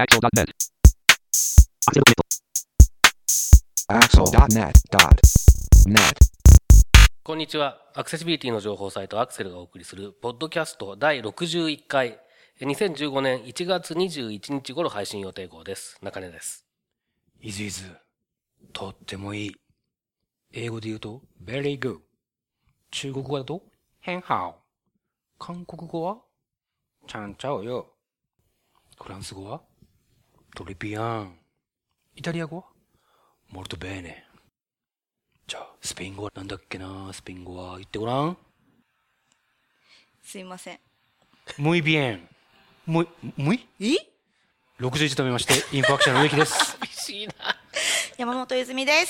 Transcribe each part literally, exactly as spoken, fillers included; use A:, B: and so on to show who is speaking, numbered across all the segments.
A: Axel ドットネット
B: Axel ドットネット
C: こんにちは。アクセシビリティの情報サイトアクセルがお送りするポッドキャストだいろくじゅういっかい、にせんじゅうごねんいちがつにじゅういちにち頃配信予定号です。中根です。
D: イズイズ、とってもいい。英語で言うと very good。中国語だと很好。韓国語はちゃんちゃうよ。フランス語はトリピアン。イタリア語はモルトベーネ。じゃあスペイン語はなんだっけな。スペイン語は言ってごらん。
E: すいません。
D: muy bien。muy muy？
E: え？
D: ろくじゅういちとめましてインファクションの植木です。
C: 厳しいな。
E: 山本泉です。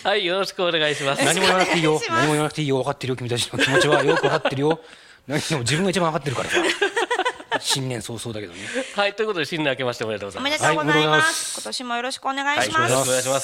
C: はい、よろしくお願いします。
D: 何も言わなくていいよ。
E: お願いします
D: 何も言わなくていいよ。分かってるよ。君たちの気持ちはよく分かってるよ。何でも自分が一番分かってるからさ。新年早々だけどね。
C: はい、ということで新年明けましておめでとうござ
E: おめ
C: います。
E: でとうございます。
D: はいおめでとうございます
E: 今年もよろしくお願い
C: はい、
E: します。
C: よろしくお願いします。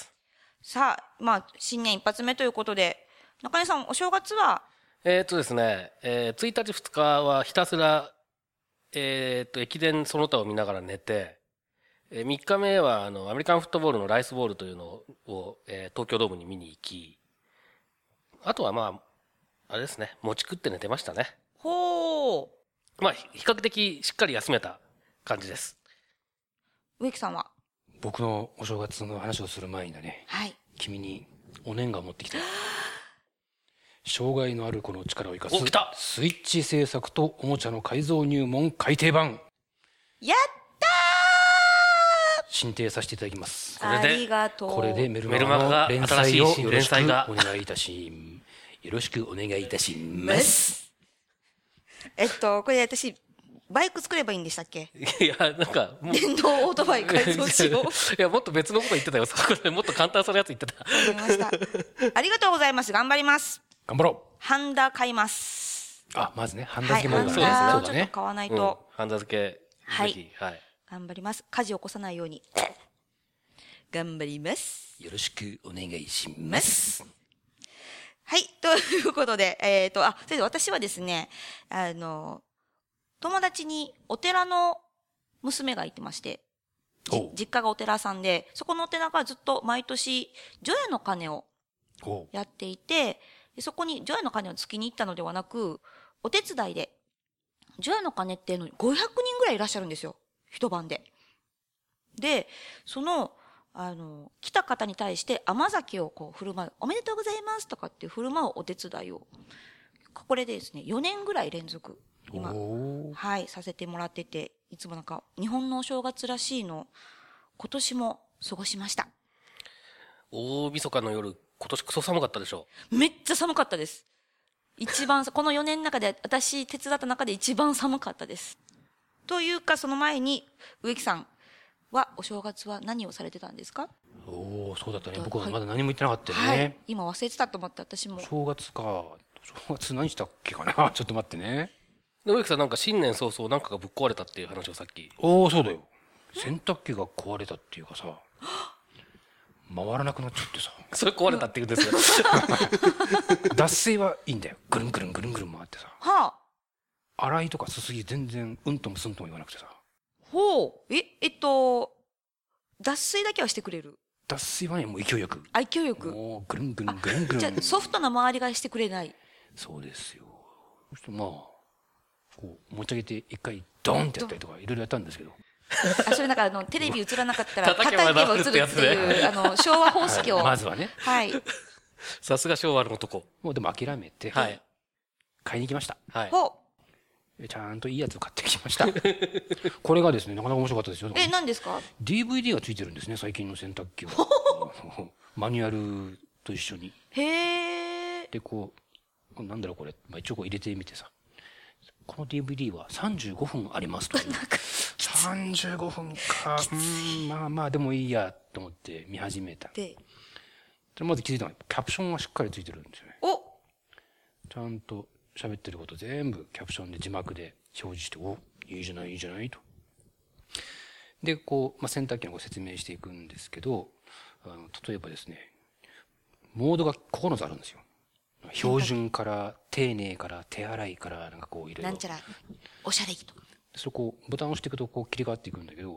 E: さあ、まあ新年一発目ということで、中根さんお正月は
C: えーっとですね、えー、ついたちふつかはひたすら、えーっと、駅伝その他を見ながら寝て、えー、みっかめはあのアメリカンフットボールのライスボールというのを、えー、東京ドームに見に行き、あとはまあ、あれですね、餅食って寝てましたね。
E: ほう。
C: まあ、比較的しっかり休めた感じです。
E: 植木さんは
D: 僕のお正月の話をする前にだね、
E: はい。
D: 君にお年賀を持ってきたよ。障害のある子の力を生かす
C: お来た
D: スイッチ製作とおもちゃの改造入門改訂版
E: やった
D: 進呈させていただきます。
E: ー。
C: これで
E: ありがとう。
D: これでメルマ
C: メルマガが
D: ガの連載を
C: 新しい
D: よろしく
C: 連載が
D: お願いいたしよろしくお願いいたします。
E: えっとこれ私バイク作ればいいんでしたっけ？
C: いや、なんか、もう
E: 電動オートバイ改造しよう。
C: いや、もっと別のこと言ってたよ。そこでもっと簡単そうなやつ言ってた。
E: わかりました。ありがとうございます。頑張ります。
D: 頑張ろ
E: ハンダ買います。
D: う。あ、まずね、ハンダ
E: はい、
D: 付けもある
E: ハンダを
D: からね。そうだね。
E: ちょっと買わない
C: うん
E: と。。
C: ハンダ付け、
E: はい
C: ぜひ、はい。
E: 頑張ります。火事を起こさないように。頑張ります。
D: よろしくお願いします。
E: はい。ということで、えっ、と、あ、それで私はですね、あの、友達にお寺の娘がいてまして、じ
D: おう
E: 実家がお寺さんで、そこのお寺がずっと毎年、除夜の鐘を
D: おう
E: やっていて、でそこに除夜の鐘をつきに行ったのではなく、お手伝いで、除夜の鐘っていうのにごひゃくにんぐらいいらっしゃるんですよ。一晩で。で、その、あの、来た方に対して甘酒をこう振る舞う。おめでとうございますとかって振る舞うお手伝いを、これでですね、よねんぐらい連続、今、
D: おう
E: はい、させてもらってて、いつもなんか、日本のお正月らしいの、今年も過ごしました。
C: 大晦日の夜、今年クソ寒かったでしょ。
E: めっちゃ寒かったです。一番、このよねんの中で、私手伝った中で一番寒かったです。というか、その前に、植木さんは、お正月は何をされてたんですか？
D: おー、そうだったね。
E: はい
D: 僕はまだ何も言ってなかったよ
E: はい
D: ね。。
E: 今忘れてたと思って私も。
D: 正月か。正月何したっけかな。ちょっと待ってね。
C: で、植木さんなんか新年早々なんかがぶっ壊れたっていう話をさっき。
D: おー、そうだよ。洗濯機が壊れたっていうかさ、回らなくなっちゃってさ。
C: それ壊れたって言うんですよ。
D: 脱水はいいんだよ。ぐるんぐるんぐるんぐるん回ってさ。
E: はあ。
D: 洗いとかすすぎ全然うんともすんとも言わなくてさ。
E: ほう。え、えっと、脱水だけはしてくれる。
D: 脱水はね、もう勢いよく。
E: あ、勢いよく。
D: もうぐるんぐるんぐるんぐるん。
E: じゃあ、ソフトな周りがしてくれない。
D: そうですよ。そしてまあ、こう持ち上げて一回ドーンってやったりとかいろいろやったんですけど。
E: あ、それなんかあの、テレビ映らなかったら、
C: 叩けば
E: 叩けば映るって
C: 治るってや
E: いう、あの、昭和方式を。
D: はいまずはね。
E: はい。
C: さすが昭和の男。
D: もうでも諦めて、
C: はい。
D: 買いに行きました。
C: はい。
E: ほ
D: ちゃんといいやつを買ってきました。これがですね、なかなか面白かったですよ。
E: う。え、何ですか？
D: ディーブイディー がついてるんですね、最近の洗濯機は。マニュアルと一緒に。
E: へー。
D: で、こう、なんだろうこれ、まあ、一応こう入れてみてさ。この ディーブイディー はさんじゅうごふんありますという。さんじゅうごふんか。うーん、まあまあ、でもいいやと思って見始めた。
E: で、
D: でまず気づいたのは、キャプションがしっかりついてるんですよね。
E: お、
D: ちゃんと喋ってること全部キャプションで字幕で表示して、お、いいじゃないいいじゃないと。で、こう、まあ、洗濯機のご説明していくんですけど、あの、例えばですね、モードがここのつあるんですよ。標準から丁寧から手洗いからなんかこういろいろ。
E: なんちゃら、おしゃれ着とか。
D: そこボタンを押していくとこう切り替わっていくんだけど、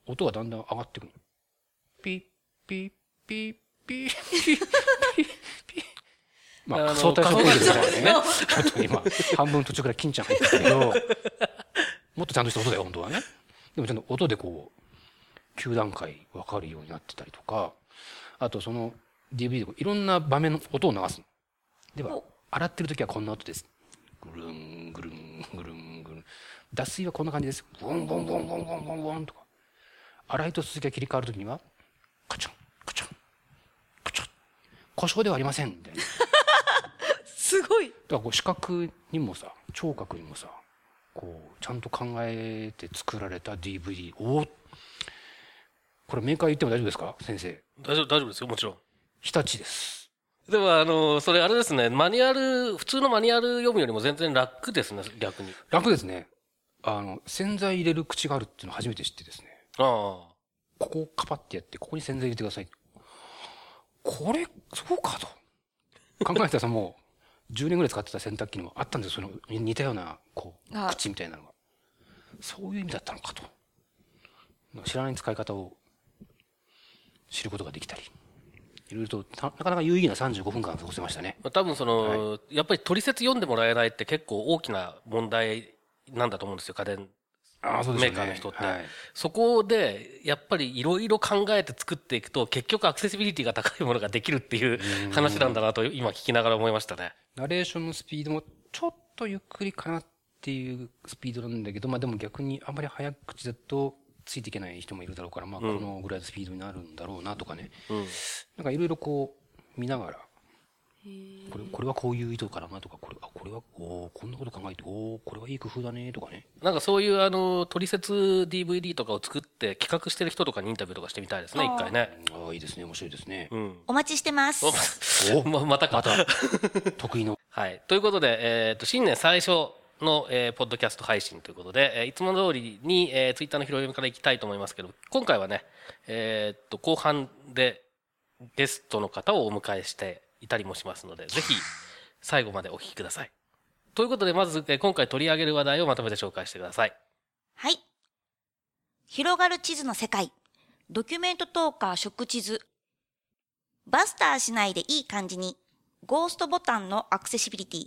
D: 音がだんだん上がってくる。ピッピッピッピッピッピッピッ。まあ、
C: あの
D: 相対職ですからね。ちょっと今、半分途中から金ちゃん入ったけど、もっとちゃんとした音だよ、本当はね。でもちゃんと音でこう、きゅう段階分かるようになってたりとか、あとその ディーブイディー でいろんな場面の音を流すの。では、洗ってる時はこんな音です。ぐるん、ぐるん、ぐるん、ぐるん。脱水はこんな感じです。ボンボンボンボンボンボンボンとか。洗いと続きが切り替わる時には、カチャン、カチャン、カチャン。故障ではありません、みたいな。
E: すごい。
D: だからこう視覚にもさ、聴覚にもさ、こう、ちゃんと考えて作られた ディーブイディー。おー、これメーカー言っても大丈夫ですか先生。
C: 大丈夫、大丈夫ですよ、もちろん。
D: 日立です。
C: でも、あの、それあれですね、マニュアル、普通のマニュアル読むよりも全然楽ですね、逆に。
D: 楽ですね。あの、洗剤入れる口があるっていうのを初めて知ってですね。
C: ああ。
D: ここをカパってやって、ここに洗剤入れてください。これ、そうかと。考えたらさ、もう、じゅうねんぐらい使ってた洗濯機にもあったんですよ。その似たような、こう、
E: あ
D: 口みたいなのが。そういう意味だったのかと。知らない使い方を知ることができたり。いろいろとた、なかなか有意義なさんじゅうごふんかん過ごせましたね。
C: 多分その、やっぱり取説読んでもらえないって結構大きな問題なんだと思うんですよ、家電
D: ああ、そうですよね。
C: メーカーの人って。
D: はい。
C: そこで、やっぱりいろいろ考えて作っていくと、結局アクセシビリティが高いものができるっていう話なんだなと、今聞きながら思いましたね。
D: ナレーションのスピードもちょっとゆっくりかなっていうスピードなんだけど、まあでも逆にあんまり早口だとついていけない人もいるだろうから、まあこのぐらいのスピードになるんだろうなとかね。
C: うん。
D: なんかいろいろこう見ながら、これ、これはこういう意図からなとか、これ、あ、これは、おーこんなこと考えて、おーこれはいい工夫だねとかね。
C: なんかそういうあの、取説 ディーブイディー とかを作って企画してる人とかにインタビューとかしてみたいですね、一回ね。
D: ああ、いいですね。面白いですね。
C: うん。
E: お待ちしてます。
C: おま、またか。
D: また、得意の。
C: はい。ということで、えっ、と、新年最初の、えーポッドキャスト配信ということで、えーいつも通りに、えー、ツイッターの拾い読みからいきたいと思いますけど、今回はね、えっ、と、後半でゲストの方をお迎えしていたりもしますので、ぜひ最後までお聞きください。ということで、まず、えー今回取り上げる話題をまとめて紹介してください。
E: はい。広がる地図の世界。ドキュメントトーカー食地図。バスターしないでいい感じに。ゴーストボタンのアクセシビリティ。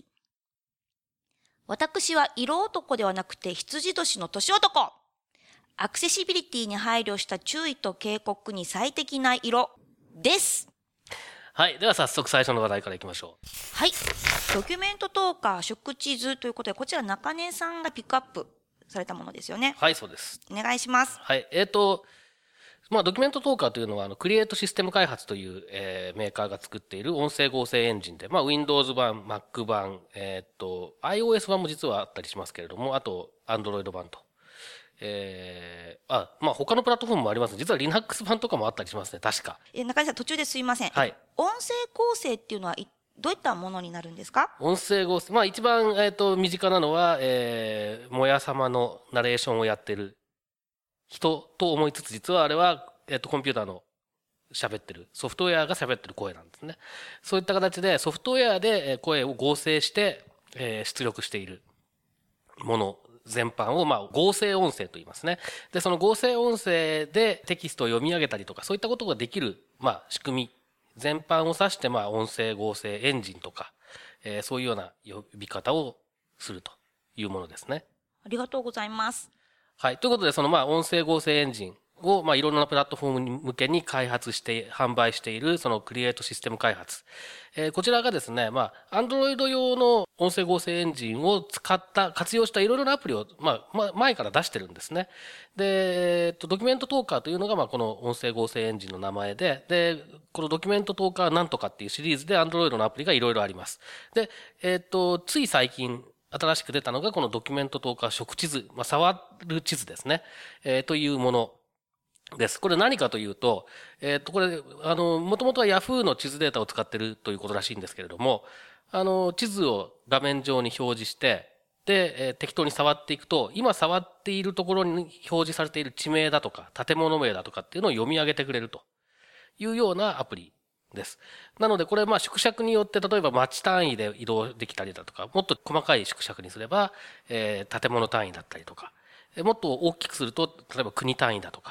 E: 私は色男ではなくて羊年の年男。アクセシビリティに配慮した注意と警告に最適な色です。
C: はい。では早速最初の話題からいきましょう。
E: はい。ドキュメントトーカー食地図ということで、こちら中根さんがピックアップされたものですよね。
C: はい、そうです。
E: お願いします。
C: はい。えっ、と、まあ、ドキュメントトーカーというのは、あの、クリエイトシステム開発という、えーメーカーが作っている音声合成エンジンで、まあ、Windows 版、Mac 版、えっ、と、iOS 版も実はあったりしますけれども、あと、Android 版と。えー、あ、まあ、他のプラットフォームもあります。実は Linux 版とかもあったりしますね、確か。
E: え中根さん途中ですいません。
C: はい。
E: 音声構成っていうのはいどういったものになるんですか？
C: 音声合成、まあ、一番、えっ、と、身近なのは、えー、もや様のナレーションをやってる人と思いつつ、実はあれは、えっ、と、コンピューターの喋ってる、ソフトウェアが喋ってる声なんですね。そういった形でソフトウェアでえー声を合成して、えー出力しているもの全般を、まあ、合成音声と言いますね。で、その合成音声でテキストを読み上げたりとか、そういったことができる、まあ、仕組み全般を指して、まあ、音声合成エンジンとか、えーそういうような呼び方をするというものですね。
E: ありがとうございます。
C: はい。ということで、そのまあ、音声合成エンジンを、まあ、いろんなプラットフォームに向けに開発して、販売している、そのクリエイトシステム開発。えーこちらがですね、まあ、Android 用の音声合成エンジンを使った、活用したいろいろなアプリを、まあ、まあ、前から出してるんですね。で、えっと、ドキュメントトーカーというのが、まあ、この音声合成エンジンの名前で、で、このドキュメントトーカーなんとかっていうシリーズで Android のアプリがいろいろあります。で、えっと、つい最近、新しく出たのがこのドキュメントトーカー食地図、まあ、触る地図ですね、えーというものです。これ何かというと、えっと、これ、あの、もともとは Yahoo の地図データを使ってるということらしいんですけれども、あの、地図を画面上に表示して、で、えー適当に触っていくと、今触っているところに表示されている地名だとか、建物名だとかっていうのを読み上げてくれるというようなアプリです。なのでこれまあ縮尺によって例えば町単位で移動できたりだとか、もっと細かい縮尺にすれば、えー建物単位だったりとか、えーもっと大きくすると例えば国単位だとか、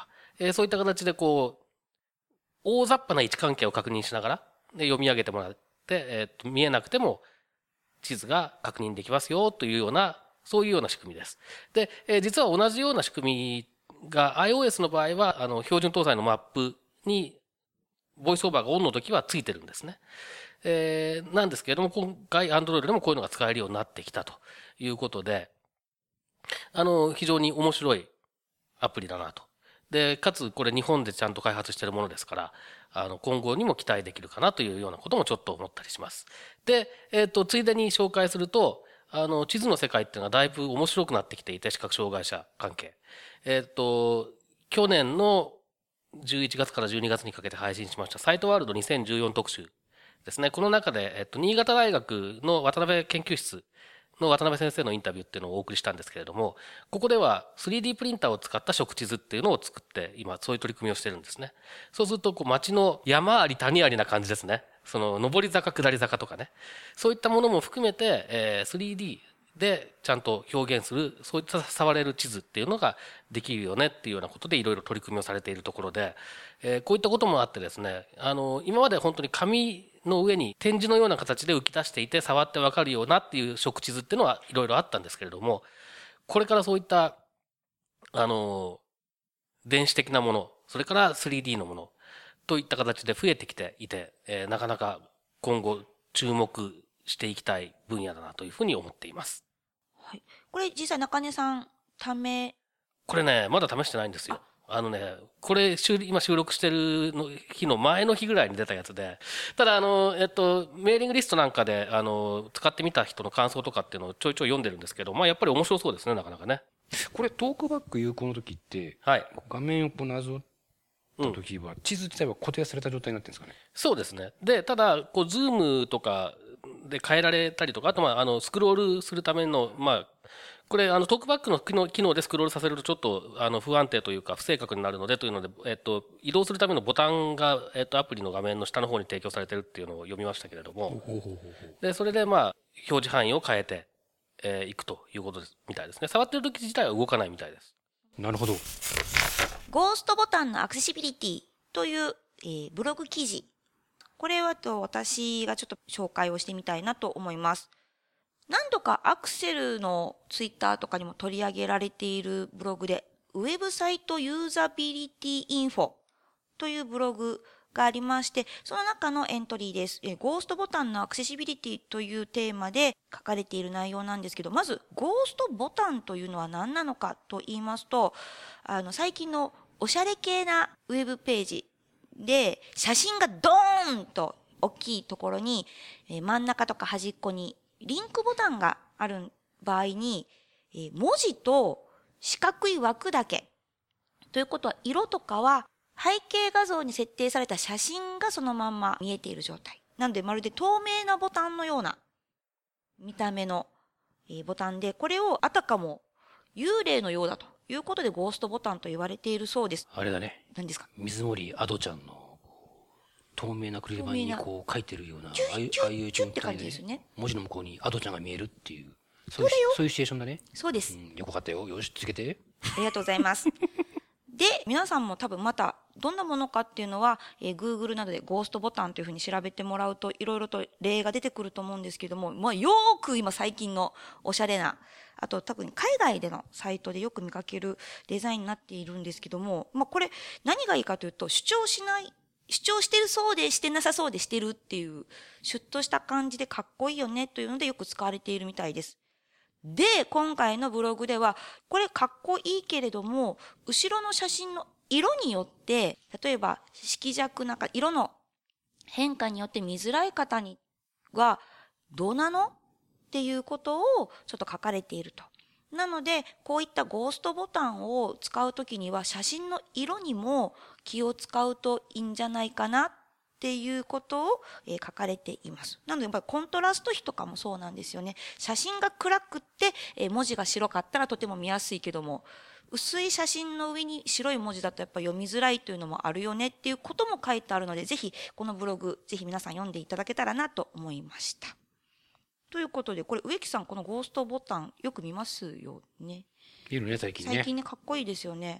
C: えーそういった形でこう、大雑把な位置関係を確認しながら、で読み上げてもらって、えーと、見えなくても地図が確認できますよというような、そういうような仕組みです。で、えー実は同じような仕組みが iOS の場合は、あの、標準搭載のマップに、ボイスオーバーがオンの時はついてるんですね。えーなんですけれども、今回 Android でもこういうのが使えるようになってきたということで、あの、非常に面白いアプリだなと。で、かつこれ日本でちゃんと開発しているものですから、あの、今後にも期待できるかなというようなこともちょっと思ったりします。で、えっと、ついでに紹介すると、あの、地図の世界っていうのはだいぶ面白くなってきていて、視覚障害者関係。えっと、去年のじゅういちがつからじゅうにがつにかけて配信しました、サイトワールドにせんじゅうよん特集ですね。この中で、えっと、新潟大学の渡辺研究室の渡辺先生のインタビューっていうのをお送りしたんですけれども、ここでは スリーディー プリンターを使った食地図っていうのを作って、今そういう取り組みをしてるんですね。そうすると、こう街の山あり谷ありな感じですね。その、上り坂下り坂とかね。そういったものも含めて、えー、スリーディー でちゃんと表現する、そういった触れる地図っていうのができるよねっていうようなことでいろいろ取り組みをされているところで、えー、こういったこともあってですね、あの、今まで本当に紙の上に展示のような形で浮き出していて触ってわかるようなっていう食地図っていうのはいろいろあったんですけれども、これからそういった、あの、電子的なもの、それから スリーディー のものといった形で増えてきていて、えー、なかなか今後注目していきたい分野だなというふうに思っています。
E: はい。これ実際中根さん、ため、
C: これね、まだ試してないんですよ。あのね、これ、今収録してるの日の前の日ぐらいに出たやつで、ただあの、えっと、メーリングリストなんかで、あの、使ってみた人の感想とかっていうのをちょいちょい読んでるんですけど、まあやっぱり面白そうですね、なかなかね。
D: これトークバック有効の時って、
C: はい。
D: 画面をこうなぞった時は、地図自体は固定された状態になってるんですかね。
C: そうですね。で、ただ、こう、ズームとかで変えられたりとか、あと、まあ、あの、スクロールするための、まあ、これ、あの、トークバックの機能機能でスクロールさせるとちょっと、あの、不安定というか、不正確になるので、というので、えっと、移動するためのボタンが、えっと、アプリの画面の下の方に提供されてるっていうのを読みましたけれども、で、それで、まあ、表示範囲を変えて、えー、いくということです、みたいですね。触ってる時自体は動かないみたいです。
D: なるほど。
E: ゴーストボタンのアクセシビリティという、えー、ブログ記事。これはと私がちょっと紹介をしてみたいなと思います。何度かアクセルのツイッターとかにも取り上げられているブログで、ウェブサイトユーザビリティインフォというブログがありまして、その中のエントリーです。えゴーストボタンのアクセシビリティというテーマで書かれている内容なんですけど、まずゴーストボタンというのは何なのかと言いますと、あの最近のおしゃれ系なウェブページで写真がドーンと大きいところに、え真ん中とか端っこにリンクボタンがある場合に、え文字と四角い枠だけ。ということは色とかは背景画像に設定された写真がそのまんま見えている状態。なのでまるで透明なボタンのような見た目のボタンで、これをあたかも幽霊のようだということでゴーストボタンと言われているそうです。
D: あれだね。
E: 何ですか？
D: 水森アドちゃんの透明なクリル板にこう書いてるような、あ
E: ああいう
D: あいう
E: チュッって感じですね。
D: 文字の向こうにアドちゃんが見えるっていう、そういうそういうシチュエーションだね。
E: そうです。
D: うん、よかったよ。よし、つけて。
E: ありがとうございます。で、皆さんも多分またどんなものかっていうのは、えー、Google などでゴーストボタンというふうに調べてもらうといろいろと例が出てくると思うんですけども、まあよーく今最近のおしゃれな、あと多分海外でのサイトでよく見かけるデザインになっているんですけども、まあこれ何がいいかというと、主張しない、主張してるそうでしてなさそうでしてるっていう、シュッとした感じでかっこいいよねというのでよく使われているみたいです。で、今回のブログでは、これかっこいいけれども、後ろの写真の色によって、例えば色弱なんか色の変化によって見づらい方には、どうなのっていうことをちょっと書かれていると。なので、こういったゴーストボタンを使うときには、写真の色にも気を使うといいんじゃないかなっていうことを、えー、書かれています。なのでやっぱりコントラスト比とかもそうなんですよね。写真が暗くって、えー、文字が白かったらとても見やすいけども、薄い写真の上に白い文字だとやっぱ読みづらいというのもあるよねっていうことも書いてあるので、ぜひこのブログ、ぜひ皆さん読んでいただけたらなと思いました。ということで、これ植木さんこのゴーストボタンよく見ますよね。
D: 見るね、最近ね。
E: 最近ね、かっこいいですよね。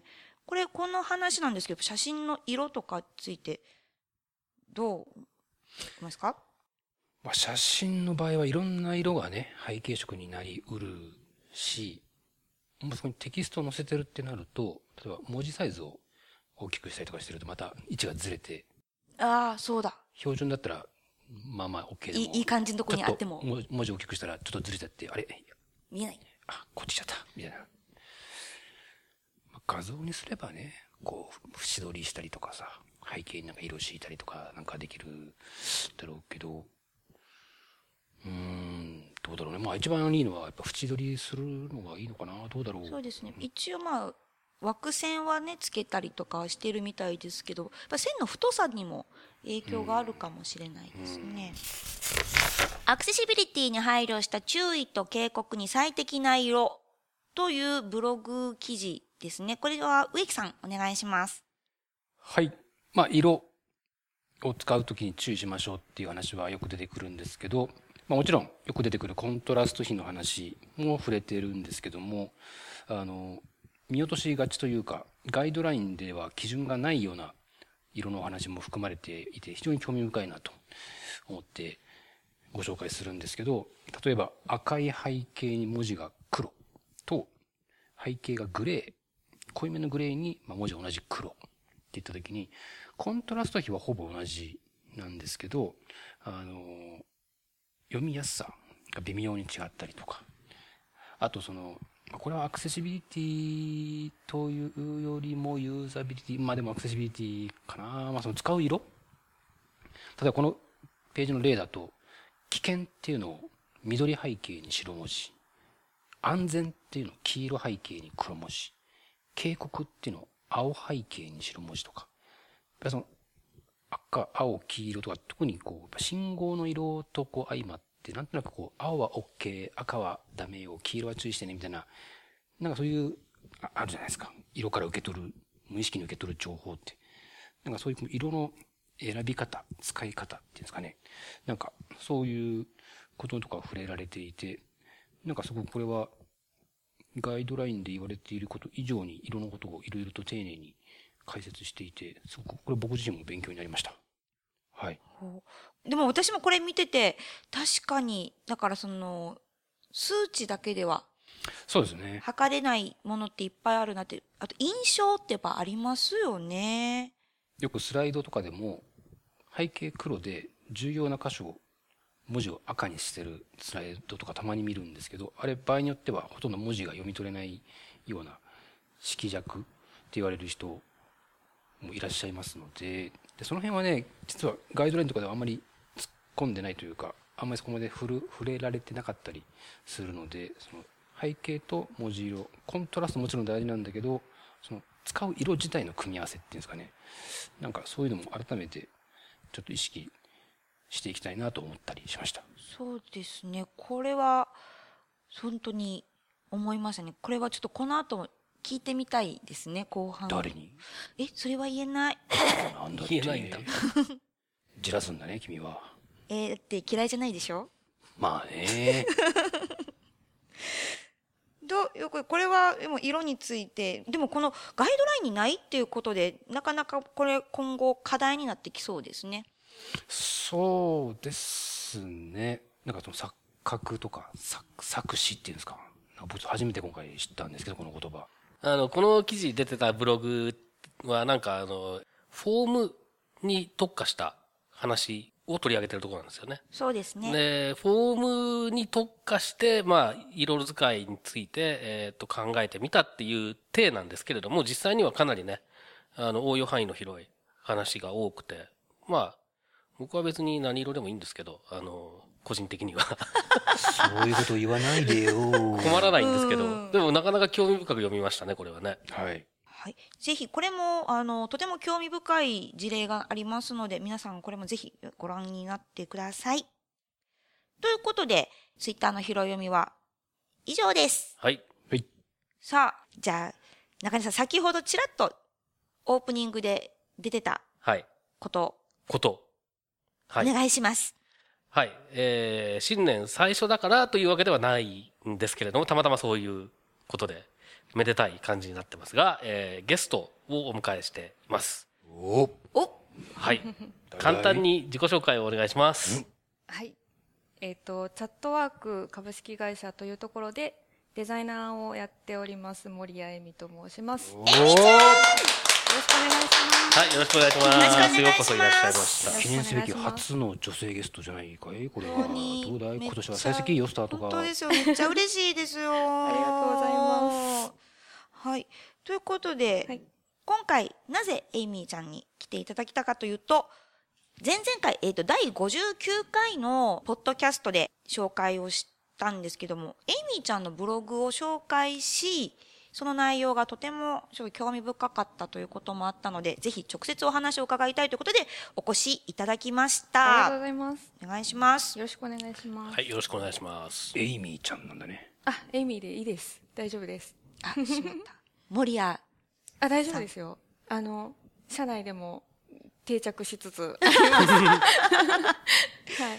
E: これ、この話なんですけど、写真の色とかついて、どう思いますか？
D: まあ、写真の場合はいろんな色がね、背景色になりうるし、もうそこにテキストを載せてるってなると、例えば文字サイズを大きくしたりとかしてるとまた位置がずれて、
E: ああ、そうだ。
D: 標準だったら、まあまあ OK でも。
E: いいいい感じのとこにあっても
D: ちょっと文字大きくしたらちょっとずれちゃって、あれ
E: 見えない。
D: あ、こっち来ちゃった。みたいな。まあ画像にすればね、こう、縁取りしたりとかさ、背景になんか色敷いたりとかなんかできるだろうけど、うーん、どうだろうね。まあ一番いいのはやっぱ縁取りするのがいいのかな。どうだろう。
E: そうですね。一応まあ、枠線はね、つけたりとかしてるみたいですけど、やっぱ線の太さにも影響があるかもしれないですね。アクセシビリティに配慮した注意と警告に最適な色というブログ記事ですね。これは植木さんお願いします。
D: はい。まあ色を使うときに注意しましょうっていう話はよく出てくるんですけど、まあもちろんよく出てくるコントラスト比の話も触れてるんですけども、あの、見落としがちというか、ガイドラインでは基準がないような色のお話も含まれていて、非常に興味深いなと思ってご紹介するんですけど、例えば赤い背景に文字が黒と背景がグレー、濃いめのグレーに文字が同じ黒っていったときに、コントラスト比はほぼ同じなんですけど、あの、読みやすさが微妙に違ったりとか、あとその、これはアクセシビリティというよりもユーザビリティ、まあでもアクセシビリティかな。まあその使う色。例えばこのページの例だと、危険っていうのを緑背景に白文字。安全っていうのを黄色背景に黒文字。警告っていうのを青背景に白文字とか。やっぱりその赤、青、黄色とか、特にこう、信号の色とこう相まって、なんとなくこう、青は OK、赤はダメよ、黄色は注意してね、みたいな、なんかそういう、あ, あるじゃないですか。色から受け取る、無意識に受け取る情報って。なんかそういう色の選び方、使い方っていうんですかね。なんか、そういうこととか触れられていて、なんかすごくこれは、ガイドラインで言われていること以上に色のことをいろいろと丁寧に解説していて、すごくこれ僕自身も勉強になりました。はい。
E: でも私もこれ見てて、確かに、だからその、数値だけでは、
D: そうですね。
E: 測れないものっていっぱいあるなって、あと印象ってやっぱありますよね。
D: よくスライドとかでも、背景黒で重要な箇所を、文字を赤にしてるスライドとかたまに見るんですけど、あれ場合によってはほとんど文字が読み取れないような色弱って言われる人もいらっしゃいますので、でその辺はね、実はガイドラインとかではあんまり突っ込んでないというか、あんまりそこまで触る触れられてなかったりするので、その背景と文字色、コントラストもちろん大事なんだけど、その使う色自体の組み合わせっていうんですかね、なんかそういうのも改めてちょっと意識していきたいなと思ったりしました。
E: そうですね。これは本当に思いましたね。これはちょっとこの後聞いてみたいですね、後半。
D: 誰に？
E: え、それは言えない。
D: なんだって。
C: 言えないんだ。
D: じらすんだね、君は。
E: えー、だって嫌いじゃないでしょ？
D: まあね。
E: どうよくこれはでも色について、でもこのガイドラインにないっていうことで、なかなかこれ今後課題になってきそうですね。
D: そうですね。なんかその錯覚とか錯錯視っていうんですか。なんか僕初めて今回知ったんですけど、この言葉。
C: あの、この記事出てたブログはなんかあの、フォームに特化した話を取り上げてるところなんですよね。
E: そうですね。
C: で、フォームに特化して、まあ、色使いについて、えっと、考えてみたっていう体なんですけれども、実際にはかなりね、あの、応用範囲の広い話が多くて、まあ、僕は別に何色でもいいんですけど、あの、個人的には。
D: そういうこと言わないでよ。
C: 困らないんですけど、でもなかなか興味深く読みましたね、これはね。
D: はい。
E: はい。ぜひ、これも、あの、とても興味深い事例がありますので、皆さんこれもぜひご覧になってください。ということで、ツイッターの拾い読みは以上です。
C: はい。
D: はい。
E: さあ、じゃあ、中根さん、先ほどちらっとオープニングで出てた
C: はい。
E: こと、
C: こと。はい。
E: お願いします。
C: はい。えー、新年最初だからというわけではないんですけれども、たまたまそういうことでめでたい感じになってますが、えー、ゲストをお迎えしています。
D: お
E: お
C: はい。簡単に自己紹介をお願いします。
A: はい。えっ、と、チャットワーク株式会社というところでデザイナーをやっております森谷恵美と申します。
D: お
A: よろしくお願いします。
C: はい、よろしくお願いします。
E: よろしくお願いします
C: ようこそいらっしゃいました。
D: 記念すべき初の女性ゲストじゃないかいこれは。どうだい今年は幸先いいよスタートが。
E: 本当ですよ。めっちゃ嬉しいですよ。
A: ありがとうございます。
E: はい。ということで、
A: はい、
E: 今回なぜエイミーちゃんに来ていただきたかというと、前々回、えっと、だいごじゅうきゅうかいのポッドキャストで紹介をしたんですけども、エイミーちゃんのブログを紹介し、その内容がとてもすごい興味深かったということもあったので、ぜひ直接お話を伺いたいということでお越しいただきまし
A: ありがとう
E: た。
A: ございます。
E: お願いします。
A: よろしくお願いします。
C: はい、よろしくお願いします。
D: エイミーちゃんなんだね。
A: あ、エイミーでいいです。大丈夫です。
E: あ、しまった。森谷。
A: あ、大丈夫ですよ。あの、社内でも定着しつつあります。はい。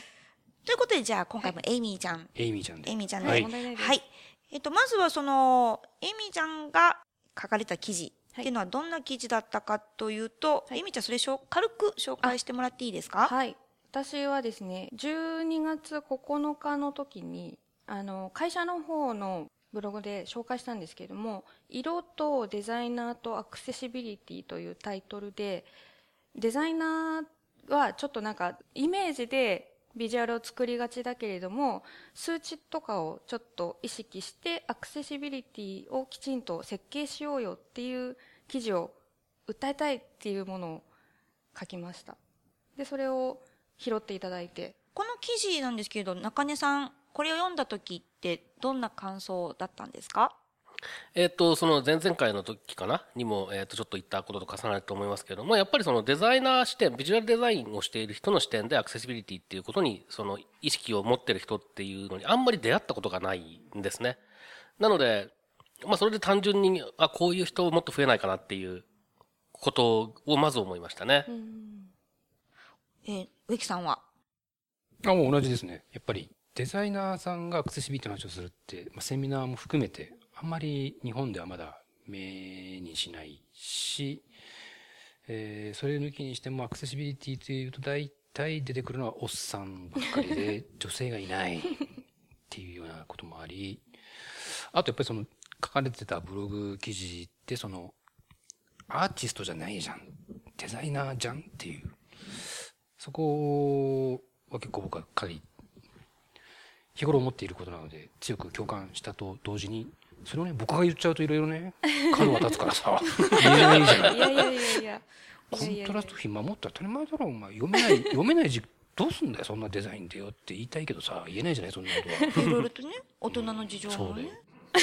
E: ということで、じゃあ今回もエイミーちゃん。
D: エイミーちゃんで。
E: エイミーちゃんで。
A: はい。問題ないです。
E: はい。えっと、まずはその、エイミーちゃんが書かれた記事っていうのはどんな記事だったかというと、
A: はい、
E: エイミーちゃんそれしょ軽く紹介してもらっていいですか？
A: はい。私はですね、じゅうにがつここのかの時に、あの、会社の方のブログで紹介したんですけれども、色とデザイナーとアクセシビリティというタイトルで、デザイナーはちょっとなんかイメージでビジュアルを作りがちだけれども、数値とかをちょっと意識してアクセシビリティをきちんと設計しようよっていう記事を訴えたいっていうものを書きました。で、それを拾っていただいて。
E: この記事なんですけれど、中根さん、これを読んだ時ってどんな感想だったんですか？
C: えっと、その前々回の時かなにも、えっと、ちょっと言ったことと重なると思いますけども、やっぱりそのデザイナー視点、ビジュアルデザインをしている人の視点でアクセシビリティっていうことに、その意識を持ってる人っていうのにあんまり出会ったことがないんですね。なので、まあそれで単純に、あ、こういう人もっと増えないかなっていうことをまず思いましたね。
E: えー、植木さんは？
D: あ、もう同じですね。やっぱりデザイナーさんがアクセシビリティの話をするって、まあ、セミナーも含めて、あんまり日本ではまだ目にしないし、えー、それ抜きにしてもアクセシビリティというと大体出てくるのはおっさんばっかりで、女性がいないっていうようなこともあり、あとやっぱりその書かれてたブログ記事ってその、アーティストじゃないじゃん。デザイナーじゃんっていう。そこは結構僕はかなり日頃思っていることなので強く共感したと同時に、それをね、僕が言っちゃうといろいろね、角が立つからさ、言えないじゃん。
A: いやいやいやいや。
D: コントラスト比守って当たり前だろ、お前。読めない、読めない字どうすんだよ、そんなデザインでよって言いたいけどさ、言えないじゃない、そんなことは。
E: いろいろとね、大人の事情もね。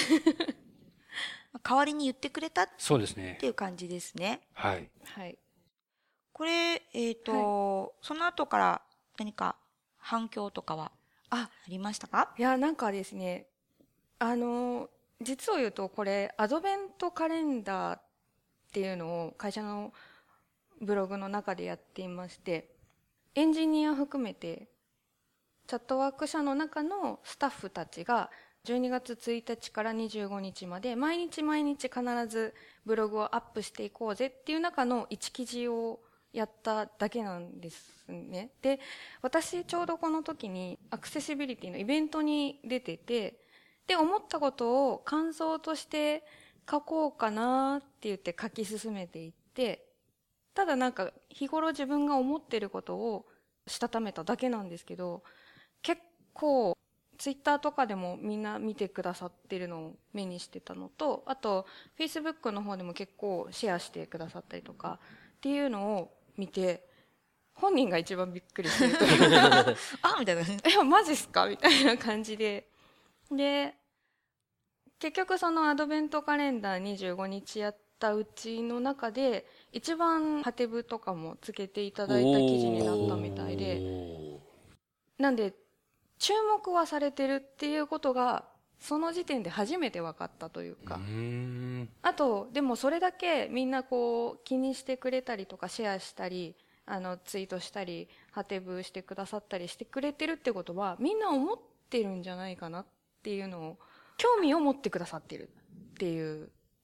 E: 代わりに言ってくれたっ
D: そうですね。
E: ていう感じですね。
D: はい。
A: はい。
E: これ、えっと、はい、その後から何か反響とかはありましたか？
A: いや、なんかですね、あの、実を言うとこれ、アドベントカレンダーっていうのを会社のブログの中でやっていまして、エンジニア含めて、チャットワーク社の中のスタッフたちが、じゅうにがつついたちからにじゅうごにちまで、毎日毎日必ずブログをアップしていこうぜっていう中のいち記事をやっただけなんですね。で、私ちょうどこの時にアクセシビリティのイベントに出てて、で、思ったことを感想として書こうかなって言って書き進めていって、ただなんか日頃自分が思ってることをしたためただけなんですけど、結構ツイッターとかでもみんな見てくださってるのを目にしてたのと、あとフェイスブックの方でも結構シェアしてくださったりとかっていうのを見て、本人が一番びっくりしてるというか
E: あみたいな
A: えマジっすかみたいな感じで、で結局そのアドベントカレンダーにじゅうごにちやったうちの中で一番ハテブとかもつけていただいた記事になったみたいで、なんで注目はされてるっていうことがその時点で初めて分かったというか、うーん、あとでもそれだけみんなこう気にしてくれたりとかシェアしたりあのツイートしたりハテブしてくださったりしてくれてるってことはみんな思ってるんじゃないかなっていうのを興味を持ってくださってるっていう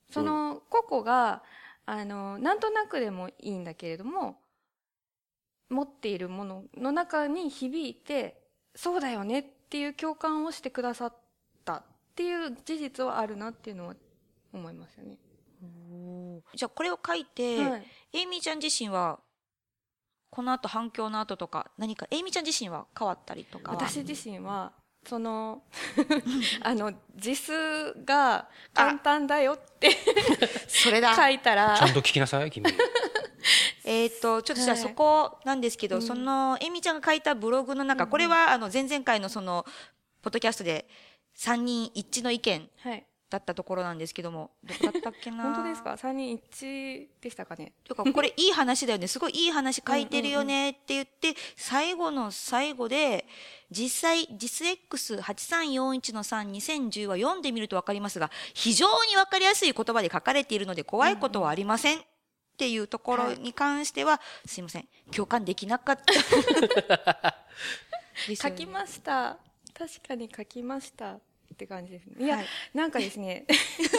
A: その個々が、あの、なんとなくでもいいんだけれども、持っているものの中に響いて、そうだよねっていう共感をしてくださったっていう事実はあるなっていうのは思いますよね。
E: じゃあこれを書いて、
A: はい、
E: エイミーちゃん自身は、この後反響の後とか、何か、エイミーちゃん自身は変わったりとかは？
A: 私自身は、その、あの、字数が簡単だよって
E: それだ。
A: 書いたら、
D: ちゃんと聞きなさい、君。
E: えっと、ちょっとじゃあそこなんですけど、
A: はい、
E: その、エイミーちゃんが書いたブログの中、
A: うん、
E: これはあの、前々回のその、ポッドキャストでさんにん一致の意見
A: はい。
E: だったところなんですけども、どこだったっけな
A: 本当ですか？ さん 人一致でしたかね？
E: というか、これいい話だよね。すごいいい話書いてるよねって言って、最後の最後で、実際、ジス エックスはちさんよんいち のさん、にせんじゅうは読んでみるとわかりますが、非常にわかりやすい言葉で書かれているので怖いことはありません。っていうところに関しては、すいません。共感できなかった。
A: 書きました。確かに書きましたって感じですね。いや、
E: はい
A: なんかですね、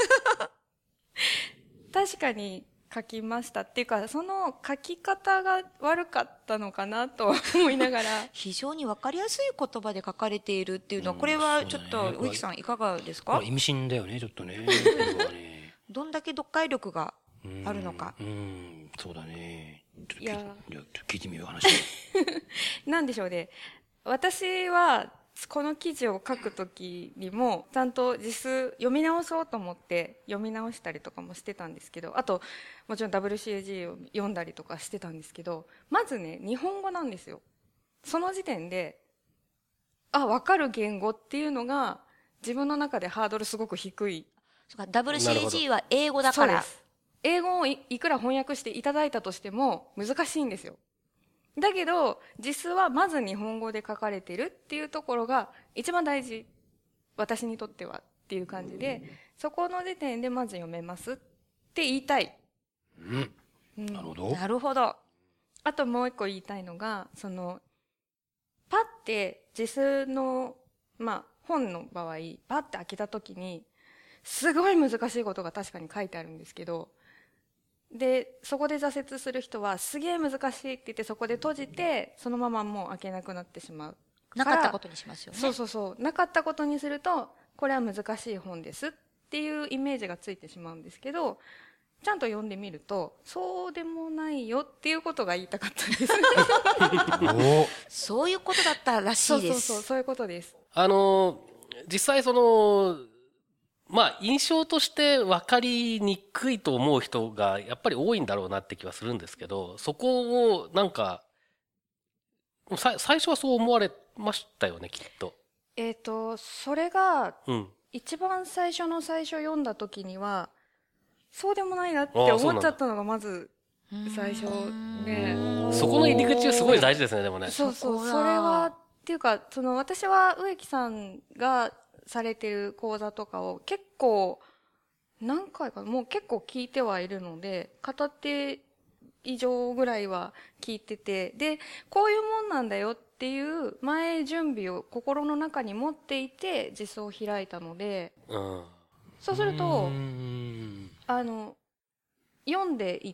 A: 確かに書きましたっていうか、その書き方が悪かったのかなと思いながら。
E: 非常にわかりやすい言葉で書かれているっていうのは、これはちょっと、
D: そうだね
E: 植木さんいかがですか？
D: これ意味深だよね、ちょっとね。これはね
E: どんだけ読解力があるのか。
D: うん、うんそうだね。ちょっと聞い
A: いや
D: じゃあちょっと聞いてみよう、話。
A: なんでしょうね。私は、この記事を書くときにも、ちゃんと字数読み直そうと思って読み直したりとかもしてたんですけど、あと、もちろん ダブリューシーエージー を読んだりとかしてたんですけど、まずね、日本語なんですよ。その時点で、あ、わかる言語っていうのが、自分の中でハードルすごく低い。
E: そうか、ダブリューシーエージー は英語だから
A: そうで。す。英語をいいくら翻訳していただいたとしても難しいんですよ。だけど、実はまず日本語で書かれてるっていうところが一番大事。私にとってはっていう感じで、そこの時点でまず読めますって言いたい。
D: うん。
A: うん、
D: なるほど。
E: なるほど。
A: あともう一個言いたいのが、その、パって字数の、まあ、本の場合、パって開けた時に、すごい難しいことが確かに書いてあるんですけど、で、そこで挫折する人は、すげえ難しいって言ってそこで閉じて、そのままもう開けなくなってしまう。
E: なかったことにしますよね。
A: そうそうそう。なかったことにすると、これは難しい本ですっていうイメージがついてしまうんですけど、ちゃんと読んでみると、そうでもないよっていうことが言いたかったんです。
D: お
E: そういうことだったらし
A: そ
E: いうです。
A: そうそう、そういうことです。
C: あの、実際その、まあ、印象として分かりにくいと思う人がやっぱり多いんだろうなって気はするんですけど、そこをなんか、さ最初はそう思われましたよね、きっと。
A: えっ、と、それが、
C: うん。
A: 一番最初の最初読んだ時には、そうでもないなって
C: ああそうなんだ
A: 思っちゃったのがまず最初で、
C: そこの入り口はすごい大事ですね、でもね。
A: そうそう、
E: そこだ
A: それは、っていうか、その私は植木さんがされてる講座とかを結構、何回か、もう結構聞いてはいるので、片手以上ぐらいは聞いてて、で、こういうもんなんだよっていう前準備を心の中に持っていて実装を開いたので、
C: うん。
A: そうすると
D: う、ん
A: あの、読んでいって、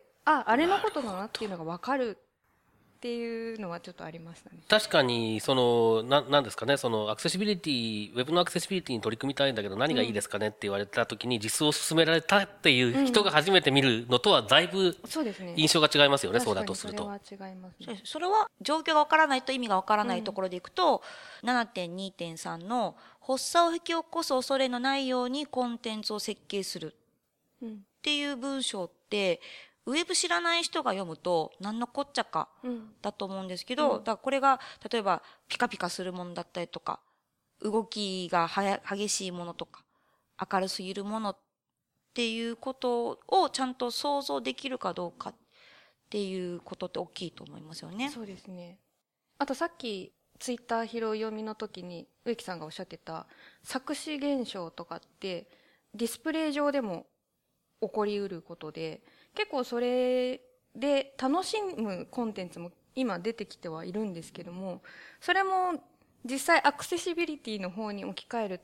A: あ、あれのことだなっていうのがわかるっていうのはちょっとありましたね。
C: 確かに、その、な、なんですかね、その、アクセシビリティ、ウェブのアクセシビリティに取り組みたいんだけど、何がいいですかねって言われた時に、実装を進められたっていう人が初めて見るのとは、だいぶ
A: そうですね。
C: 印象が違いますよね、そう
A: 確かに
C: だとすると。
A: それは違いますね。
E: それは状況がわからないと意味がわからないところでいくと、ななてんにてんさん の発作を引き起こす恐れのないようにコンテンツを設計する
A: うん。
E: っていう文章って、ウェブ知らない人が読むと何のこっちゃか
A: うん。
E: だと思うんですけど、だからこれが例えばピカピカするものだったりとか、動きがはや激しいものとか、明るすぎるものっていうことをちゃんと想像できるかどうかっていうことって大きいと思いますよね。
A: そうですね。あとさっきツイッター拾い読みの時に植木さんがおっしゃってた作詞現象とかってディスプレイ上でも起こりうることで、結構それで楽しむコンテンツも今出てきてはいるんですけども、それも実際アクセシビリティの方に置き換えると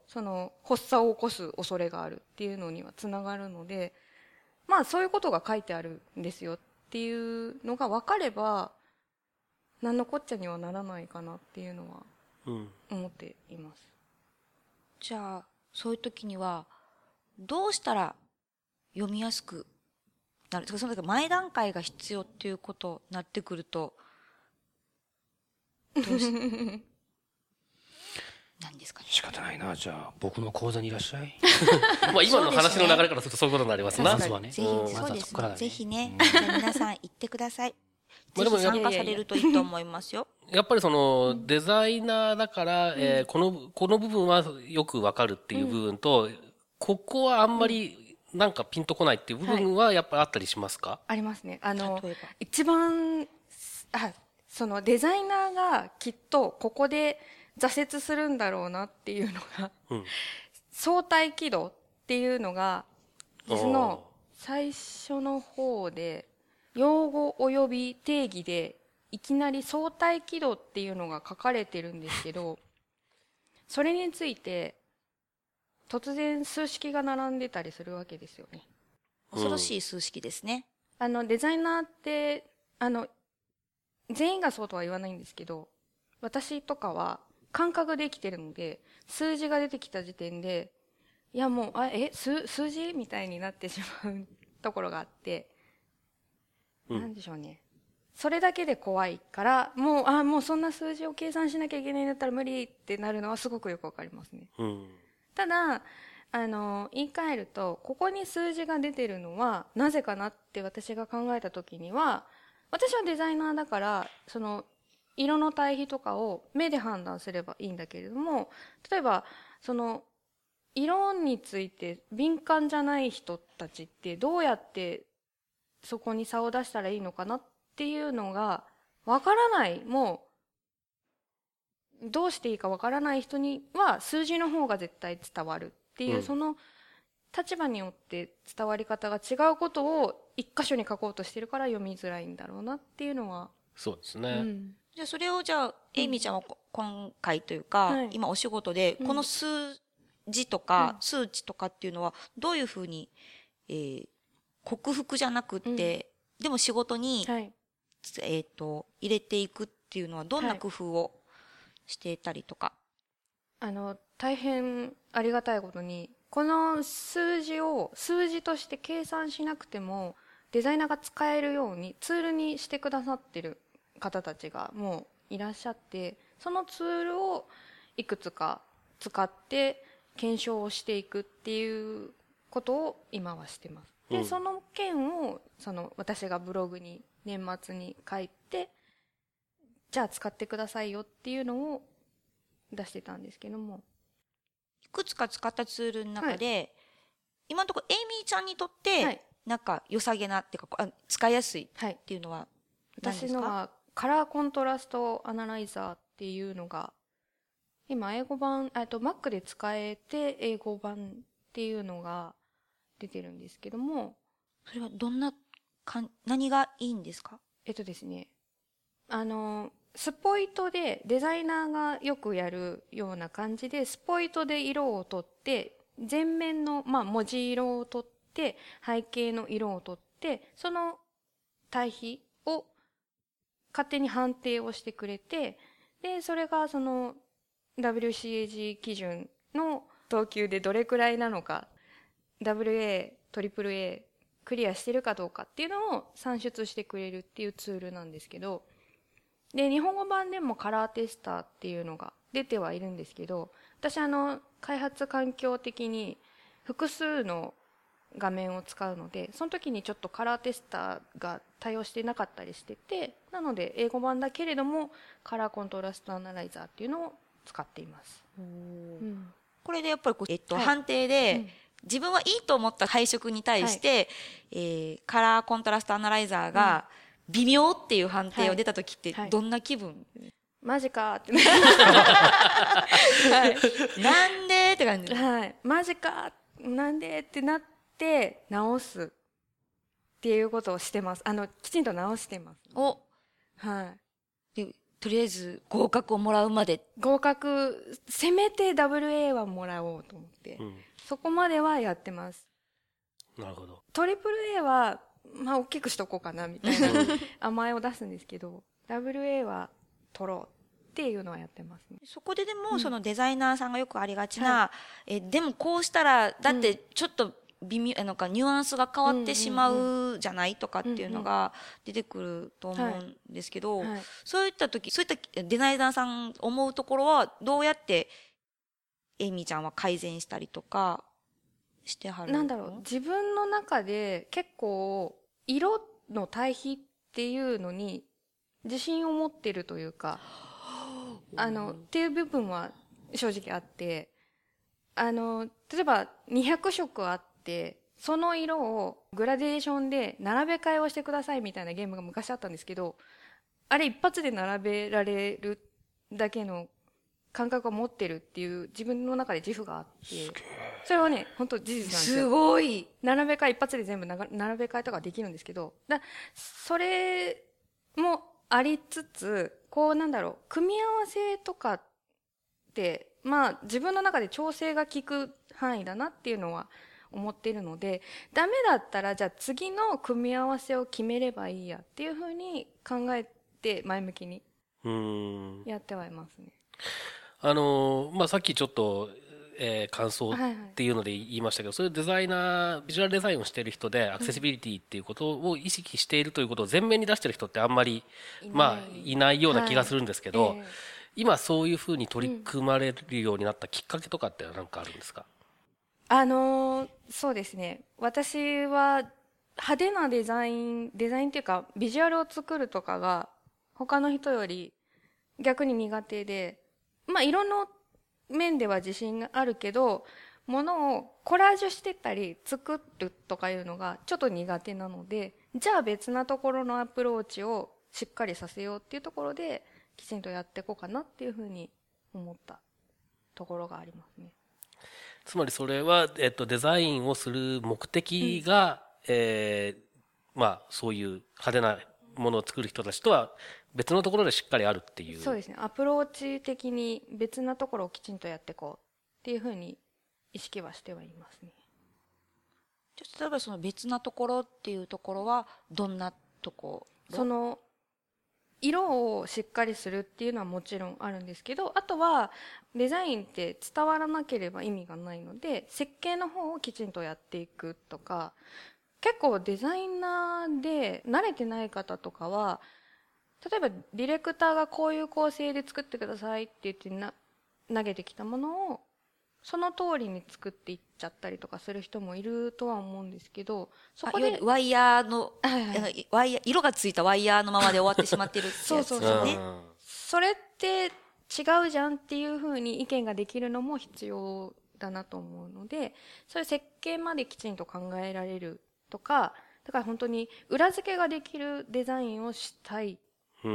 A: その発作を起こす恐れがあるっていうのにはつながるので、まあそういうことが書いてあるんですよっていうのが分かれば何のこっちゃにはならないかなっていうのは思っています。
E: じゃあそういう時にはどうしたら読みやすくなる、その前段階が必要っていうことになってくるとどうし何ですかね。
D: 仕方ないな。じゃあ僕の講座にいらっしゃい。
C: まあ今の話の流れからするとそういうことになりますな。
D: まずはね。
E: ぜひ、
C: うん
E: そうですね。
D: まずはそこからだね
E: ぜひね、じゃあ皆さん行ってください。
C: まあでも
E: ぜひ参加されるといいと思いますよ。
C: やっぱりそのデザイナーだから、えーこのこの部分はよくわかるっていう部分と、ここはあんまりなんかピンとこないっていう部分はやっぱりあったりしますか？
A: ありますね。あの
E: 例えば
A: 一番あそのデザイナーがきっとここで挫折するんだろうなっていうのが、
C: うん、
A: 相対軌道っていうのが実の最初の方で用語及び定義でいきなり相対軌道っていうのが書かれてるんですけど、それについて突然数式が並んでたりするわけですよね。
E: 恐ろしい数式ですね。
A: あのデザイナーってあの全員がそうとは言わないんですけど、私とかは感覚で生きてるので、数字が出てきた時点でいやもうあえ数数字みたいになってしまうところがあって、
C: うん、
A: なんでしょうね。それだけで怖いから、もうあもうそんな数字を計算しなきゃいけないんだったら無理ってなるのはすごくよくわかりますね。
C: うん、
A: ただあの言い換えると、ここに数字が出てるのはなぜかなって私が考えた時には、私はデザイナーだからその色の対比とかを目で判断すればいいんだけれども、例えばその色について敏感じゃない人たちってどうやってそこに差を出したらいいのかなっていうのがわからない、もうどうしていいかわからない人には数字の方が絶対伝わるっていう、うん、その立場によって伝わり方が違うことを一箇所に書こうとしてるから読みづらいんだろうなっていうのは。
C: そうですね。
A: うん、
E: じゃあそれをじゃあエイミーちゃんは今回というか、
A: はい、
E: 今お仕事でこの数字とか数値とかっていうのはどういうふうに、えー、克服じゃなくって、うん、でも仕事に、はい、えっと入れていくっていうのはどんな工夫をしていたりとか。
A: はい、あの大変ありがたいことにこの数字を数字として計算しなくてもデザイナーが使えるようにツールにしてくださってる方たちがもういらっしゃって、そのツールをいくつか使って検証をしていくっていうことを今はしてます。で、うん、その件をその私がブログに年末に書いて、じゃあ使ってくださいよっていうのを出してたんですけども、
E: いくつか使ったツールの中で、はい、今のところエイミーちゃんにとって、はい、なんか良さげなっていうか使いやすいっていうのは何ですか？
A: 私のはカラーコントラストアナライザーっていうのが今英語版、えっと Mac で使えて英語版っていうのが出てるんですけども、
E: それはどんなかん何がいいんですか？
A: えっとですね、あのスポイトでデザイナーがよくやるような感じでスポイトで色を取って前面の、まあ、文字色を取って背景の色を取ってその対比を勝手に判定をしてくれて、でそれがその ダブリューシーエージー 基準の等級でどれくらいなのか ダブリューエー、トリプルエー クリアしてるかどうかっていうのを算出してくれるっていうツールなんですけど、で日本語版でもカラーテスターっていうのが出てはいるんですけど、私あの開発環境的に複数の画面を使うので、その時にちょっとカラーテスターが対応してなかったりしてて、なので英語版だけれどもカラーコントラストアナライザーっていうのを使っています。
E: うん、これでやっぱりこう、えっとはい、判定で、うん、自分はいいと思った配色に対して、はい、えー、カラーコントラストアナライザーが微妙っていう判定を出た時ってどんな気分？はいはい、
A: マジかって
E: はい、なんでって感じ。
A: はい、マジかなんでってなって直すっていうことをしてます。あのきちんと直してます。
E: お、
A: はい。
E: でとりあえず合格をもらうまで。
A: 合格、せめて ダブルエー はもらおうと思って、
C: うん。
A: そこまではやってます。
C: なるほど。
A: トリプル A は、まあ、大きくしとこうかな、みたいな甘えを出すんですけど、ダブルエー は取ろうっていうのはやってますね。
E: そこででも、
A: うん、
E: そのデザイナーさんがよくありがちな、
A: は
E: え、でもこうしたら、だってちょっと微妙、なんかニュアンスが変わってしまうじゃないとかっていうのが出てくると思うんですけど、
A: はいはい、
E: そういった時、そういったデザイナーさん思うところは、どうやってエイミーちゃんは改善したりとかしてはるの？
A: なんだろう、自分の中で結構、色の対比っていうのに自信を持ってるというか、あの、っていう部分は正直あって、あの、例えばにひゃくしょくあって、その色をグラデーションで並べ替えをしてくださいみたいなゲームが昔あったんですけど、あれ一発で並べられるだけの感覚を持ってるっていう自分の中で自負があって、それはね、本当事実なんですよ。
E: すごい。
A: 並べ替え一発で全部なが並べ替えとかできるんですけど、だそれもありつつ、こうなんだろう、組み合わせとかって、まあ自分の中で調整が効く範囲だなっていうのは思っているので、ダメだったらじゃあ次の組み合わせを決めればいいやっていうふうに考えて前向きにやってはいますね。
C: あのー、まあ、さっきちょっと、えー、感想っていうので言いましたけど、はいはい、そういうデザイナー、ビジュアルデザインをしている人で、アクセシビリティっていうことを意識しているということを前面に出している人ってあんまり、まあ、いないような気がするんですけど、はい、えー、今そういうふうに取り組まれるようになったきっかけとかって何かあるんですか？
A: あのー、そうですね。私は派手なデザイン、デザインっていうか、ビジュアルを作るとかが、他の人より逆に苦手で、まあ、色の面では自信があるけど、ものをコラージュしてたり作るとかいうのがちょっと苦手なので、じゃあ別なところのアプローチをしっかりさせようっていうところで、きちんとやっていこうかなっていうふうに思ったところがありますね。
C: つまりそれは、えっと、デザインをする目的が、うん、えー、まあ、そういう派手なものを作る人たちとは別のところでしっかりあるっていう。
A: そうですね。アプローチ的に別なところをきちんとやっていこうっていうふうに意識はしてはいますね。
E: じゃあ例えばその別なところっていうところはどんなところ？
A: その色をしっかりするっていうのはもちろんあるんですけど、あとはデザインって伝わらなければ意味がないので、設計の方をきちんとやっていくとか、結構デザイナーで慣れてない方とかは、例えばディレクターがこういう構成で作ってくださいって言ってな投げてきたものをその通りに作っていっちゃったりとかする人もいるとは思うんですけど、
E: そこでワイヤーの、はいはい、ワイヤー色がついたワイヤーのままで終わってしまってるってやつですね。そうそうそう。
A: それって違うじゃんっていうふうに意見ができるのも必要だなと思うので、そういう設計まできちんと考えられるとか、だから本当に裏付けができるデザインをしたい、うん、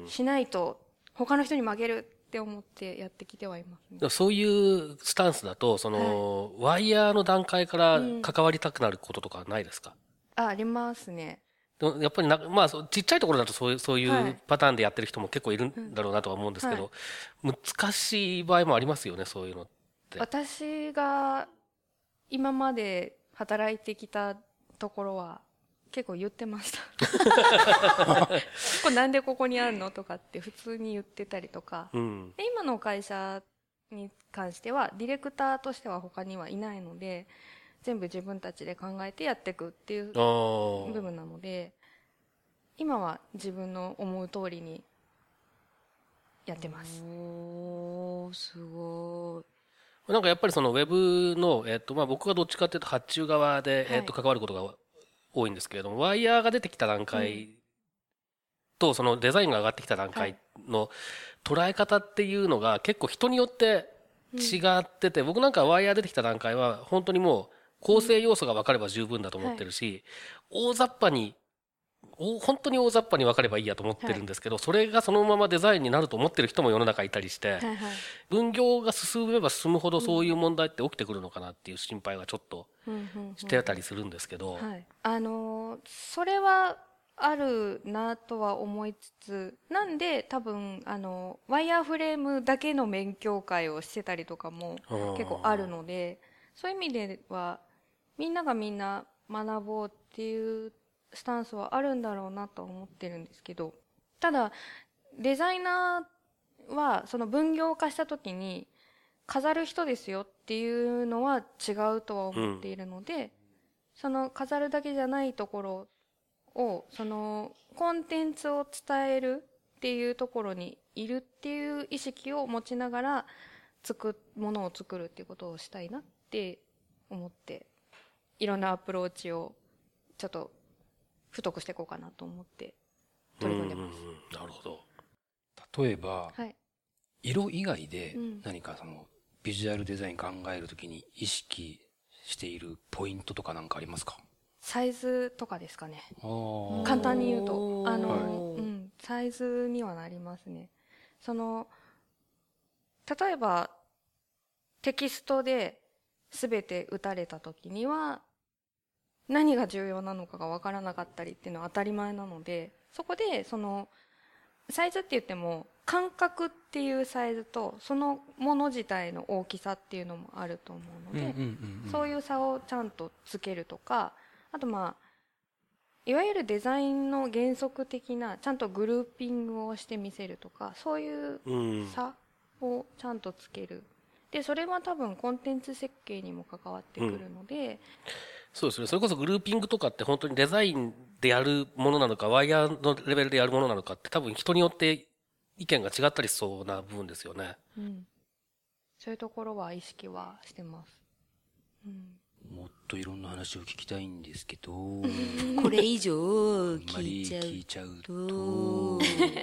A: しないと他の人に負けるって思ってやってきてはいますね。
C: そういうスタンスだと、その、はい、ワイヤーの段階から関わりたくなることとかないですか？
A: うん、あ、ありますね。
C: やっぱりな、まあ、ちっちゃいところだとそういう、そういうパターンでやってる人も結構いるんだろうなとは思うんですけど、はい、難しい場合もありますよね、そういうのって。
A: 私が今まで働いてきたところは結構言ってました。これなんでここにあるのとかって普通に言ってたりとか、うん、で今の会社に関してはディレクターとしては他にはいないので、全部自分たちで考えてやっていくっていう部分なので、今は自分の思う通りにやってます。
E: おー、すご
C: い。なんかやっぱりそのウェブの、えっと、まあ僕がどっちかっていうと発注側で、えっと、関わることが多いんですけれども、ワイヤーが出てきた段階と、そのデザインが上がってきた段階の捉え方っていうのが結構人によって違ってて、僕なんかワイヤー出てきた段階は本当にもう構成要素が分かれば十分だと思ってるし、大雑把に、本当に大雑把に分かればいいやと思ってるんですけど、それがそのままデザインになると思ってる人も世の中いたりして、分業が進めば進むほどそういう問題って起きてくるのかなっていう心配がちょっとしてたりするんですけど。
A: あのー、それはあるなとは思いつつ、なんで多分、あの、ワイヤーフレームだけの勉強会をしてたりとかも結構あるので、そういう意味では、みんながみんな学ぼうっていうスタンスはあるんだろうなとは思ってるんですけど、ただ、デザイナーはその分業化した時に、飾る人ですよっていうのは違うとは思っているので、うん、その飾るだけじゃないところを、そのコンテンツを伝えるっていうところにいるっていう意識を持ちながら作ものを作るっていうことをしたいなって思って、いろんなアプローチをちょっと太くしていこうかなと思って取り組んでます。
C: なるほど。
D: 例えば、
A: はい、
D: 色以外で何かそのビジュアルデザイン考えるときに意識しているポイントとかなんかありますか？
A: サイズとかですかね。簡単に言うと、あの、はい、うん、サイズにはなりますね。その、例えば、テキストで全て打たれた時には、何が重要なのかがわからなかったりっていうのは当たり前なので、そこで、その、サイズって言っても、感覚っていうサイズと、そのもの自体の大きさっていうのもあると思うので、そういう差をちゃんとつけるとか、あとまあ、いわゆるデザインの原則的な、ちゃんとグルーピングをしてみせるとか、そういう差をちゃんとつける。で、それは多分コンテンツ設計にも関わってくるので、うん、
C: そうですね。それこそグルーピングとかって本当にデザインでやるものなのか、ワイヤーのレベルでやるものなのかって多分人によって意見が違ったりしそうな部分ですよね。
A: うん。そういうところは意識はしてます。うん。
D: もっといろんな話を聞きたいんですけど、
E: これ以上聞いちゃうと、
D: 聞いちゃう
E: と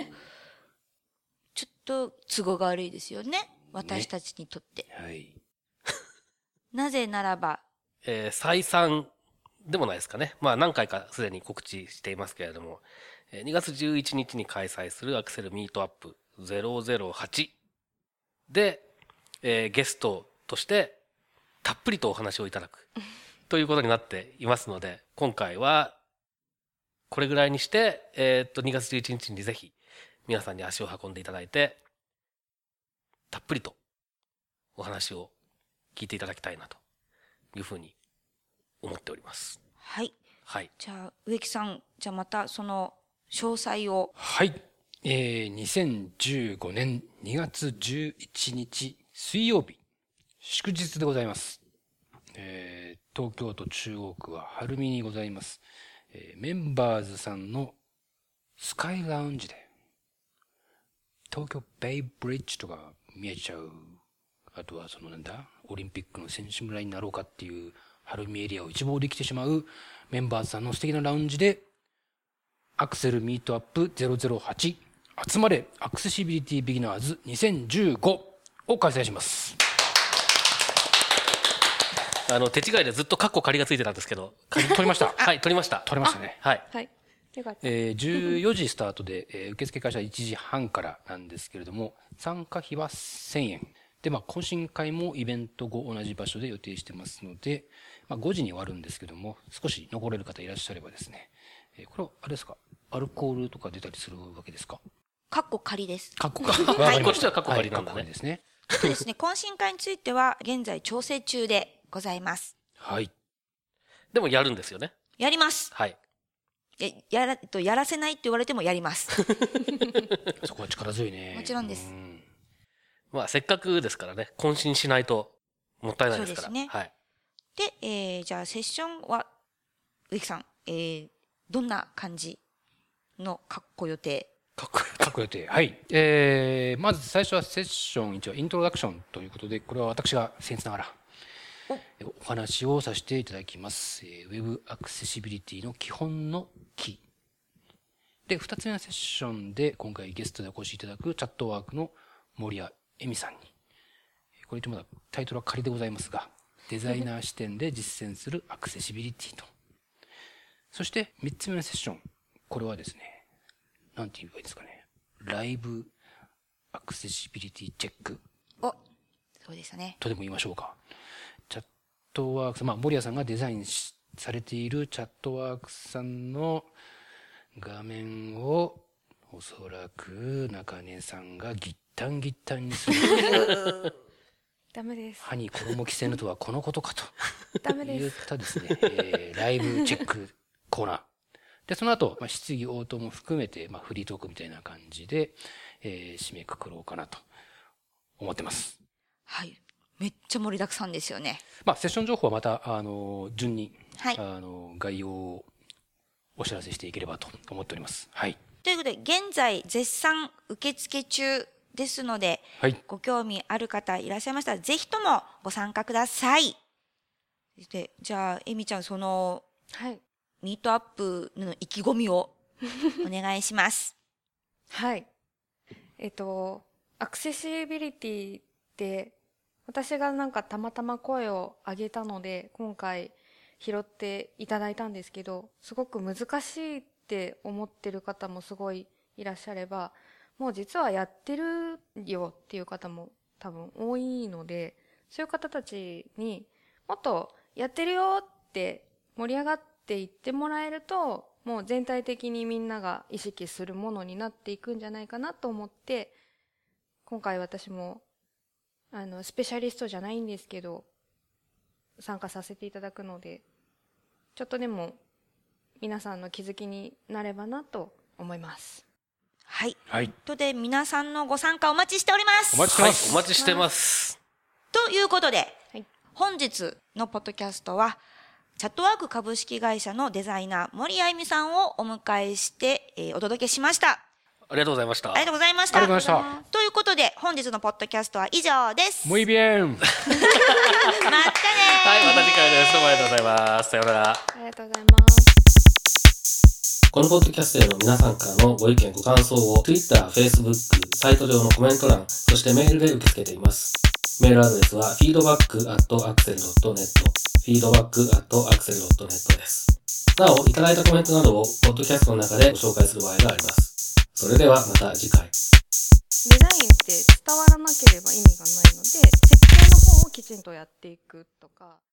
E: ちょっと都合が悪いですよね。私たちにとって。
D: ね、はい。
E: なぜならば、
C: えー、再三でもないですかね。まあ何回かすでに告知していますけれども、にがつじゅういちにちに開催するアクセルミートアップゼロゼロはちで、えー、ゲストとしてたっぷりとお話をいただくということになっていますので、今回はこれぐらいにして、えー、っとにがつじゅういちにちにぜひ皆さんに足を運んでいただいて、たっぷりとお話を聞いていただきたいなというふうに思っております。
E: はい。
C: はい。
E: じゃあ植木さん、じゃあまたその詳細を。
D: はい。えー、にせんじゅうごねんにがつじゅういちにち水曜日、祝日でございます。えー、東京都中央区は晴海にございます。えー、メンバーズさんのスカイラウンジで、東京ベイブリッジとか見えちゃう。あとはそのなんだ、オリンピックの選手村になろうかっていう晴海エリアを一望できてしまうメンバーズさんの素敵なラウンジで、アクセルミートアップゼロゼロはち集まれアクセシビリティビギナーズにせんじゅうごを開催します。
C: あの手違いでずっとカッコ仮がついてたんですけど、
D: 取りました。
C: はい、取りました。
D: 取れましたね。
C: はい。
A: はい。よかった。
D: えー、じゅうよじスタートで、えー、受付開始はいちじはんからなんですけれども、参加費はせんえん。で、まあ、懇親会もイベント後同じ場所で予定してますので、まあ、ごじに終わるんですけども、少し残れる方いらっしゃればですね、えー、これは、あれですか、アルコールとか出たりするわけですか？
E: カッコ仮です。
D: カッコ仮。
C: はい、こっちはカッコ仮なんだね。
D: はい、ですね。
E: そうですね。懇親会については現在調整中でございます。
D: はい。
C: でもやるんですよね。
E: やります。
C: はい。
E: や、やら、と、やらせないって言われてもやります。
D: そこは力強いね。
E: もちろんです。
C: まあ、せっかくですからね、懇親しないともったいないですから。
E: そうですね。
C: はい。
E: で、えー、じゃあセッションは、植木さん、えー、どんな感じの格好予定？
D: かっこかっこ予定。はい。えー、まず最初はセッション、一応イントロダクションということで、これは私が僭越ながらお, お話をさせていただきます。えー、ウェブアクセシビリティの基本のキー。で、二つ目のセッションで、今回ゲストでお越しいただくチャットワークの森谷恵美さんに、これ一応まだタイトルは仮でございますが、デザイナー視点で実践するアクセシビリティと。そして三つ目のセッション。これはですね、なんて言えばいいですかね。ライブアクセシビリティチェック。
E: お、そうですね。
D: とでも言いましょうか。チャットワークス、まあ、森谷さんがデザインされているチャットワークさんの画面をおそらく中根さんがギッタンギッタンにする。
A: ダメです。
D: 歯に衣着せぬとはこのことかと
A: ダメ
D: 言っ
A: です。
D: たですね、えーライブチェックコーナー。で、その後、まあ、質疑応答も含めて、まあ、フリートークみたいな感じで、えー締めくくろうかなと思ってます。
E: はい。めっちゃ盛りだくさんですよね。
D: まあ、セッション情報はまた、あの、順に、
E: はい
D: あの、概要をお知らせしていければと思っております。はい。
E: ということで、現在絶賛受付中ですので、
D: はい。
E: ご興味ある方いらっしゃいましたら、ぜひともご参加ください。で、じゃあ、えみちゃん、その、
A: はい。
E: ミートアップの意気込みをお願いします。
A: はい。えっと、アクセシビリティって私がなんかたまたま声を上げたので今回拾っていただいたんですけど、すごく難しいって思ってる方もすごいいらっしゃれば、もう実はやってるよっていう方も多分多いので、そういう方たちにもっとやってるよって盛り上がっていってもらえると、もう全体的にみんなが意識するものになっていくんじゃないかなと思って、今回私もあのスペシャリストじゃないんですけど参加させていただくので、ちょっとでも皆さんの気づきになればなと思います。
E: はい。
D: はい。
E: ということで、皆さんのご参加お待ちしております。
D: お待ちして
C: はい、
D: ます。
C: お待ちしてます。
E: ということで、
A: はい
E: 本日のポッドキャストは、チャットワーク株式会社のデザイナー、森あゆみさんをお迎えして、えーお届けしました。
C: ありがとうございました。
E: ありがとうございました。
D: ありがとうございました。
E: ということで、本日のポッドキャストは以上です。
D: muy bien。
E: またね
C: はい、また次回です。どうもありがとうございます。さようなら。
A: ありがとうございます。
C: このポッドキャストへの皆さんからのご意見ご感想を Twitter、Facebook、サイト上のコメント欄、そしてメールで受け付けています。メールアドレスは フィードバック アット アクセル ドット ネット フィードバック アット アクセル ドット ネット です。なお、いただいたコメントなどをポッドキャストの中でご紹介する場合があります。それではまた次回。
A: デザインって伝わらなければ意味がないので、設計の方をきちんとやっていくとか。